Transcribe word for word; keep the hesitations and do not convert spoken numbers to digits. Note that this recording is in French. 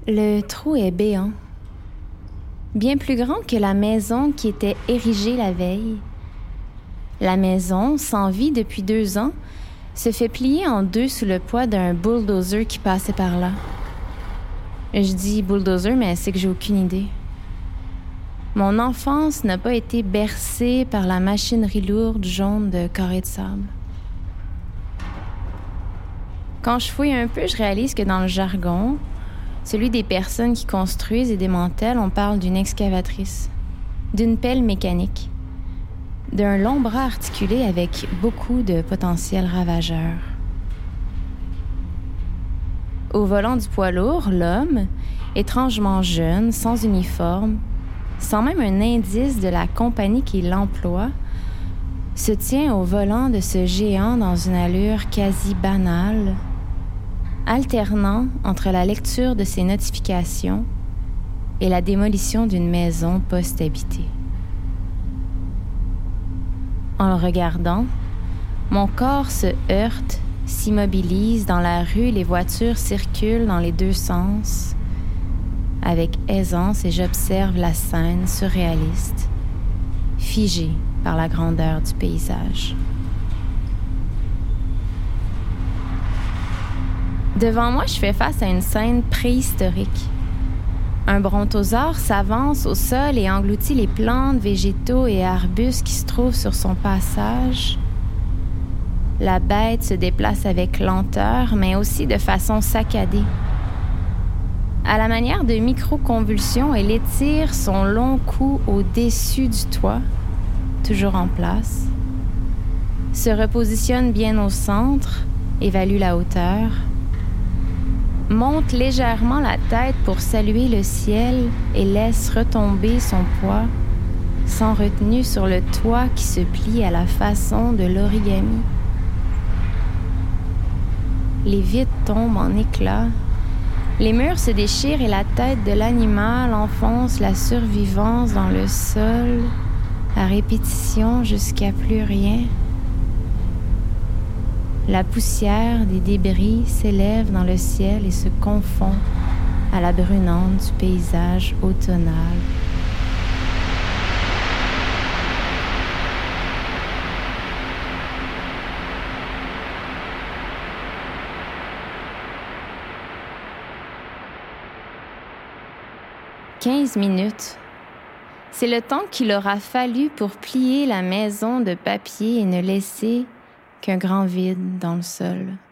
Le trou est béant, bien plus grand que la maison qui était érigée la veille. La maison, sans vie depuis deux ans, se fait plier en deux sous le poids d'un bulldozer qui passait par là. Je dis bulldozer, mais c'est que j'ai aucune idée. Mon enfance n'a pas été bercée par la machinerie lourde jaune de carrés de sable. Quand je fouille un peu, je réalise que dans le jargon, celui des personnes qui construisent et démantèlent, on parle d'une excavatrice, d'une pelle mécanique, d'un long bras articulé avec beaucoup de potentiel ravageur. Au volant du poids lourd, l'homme, étrangement jeune, sans uniforme, sans même un indice de la compagnie qui l'emploie, se tient au volant de ce géant dans une allure quasi banale, alternant entre la lecture de ses notifications et la démolition d'une maison post-habitée. En le regardant, mon corps se heurte, s'immobilise dans la rue, les voitures circulent dans les deux sens avec aisance et j'observe la scène surréaliste, figée par la grandeur du paysage. Devant moi, je fais face à une scène préhistorique. Un brontosaure s'avance au sol et engloutit les plantes, végétaux et arbustes qui se trouvent sur son passage. La bête se déplace avec lenteur, mais aussi de façon saccadée. À la manière de micro-convulsions, elle étire son long cou au-dessus du toit, toujours en place, se repositionne bien au centre, évalue la hauteur, monte légèrement la tête pour saluer le ciel et laisse retomber son poids sans retenue sur le toit qui se plie à la façon de l'origami. Les vitres tombent en éclats, les murs se déchirent et la tête de l'animal enfonce la survivance dans le sol à répétition jusqu'à plus rien. La poussière des débris s'élève dans le ciel et se confond à la brunante du paysage automnal. Quinze minutes. C'est le temps qu'il aura fallu pour plier la maison de papier et ne laisser qu'un grand vide dans le sol.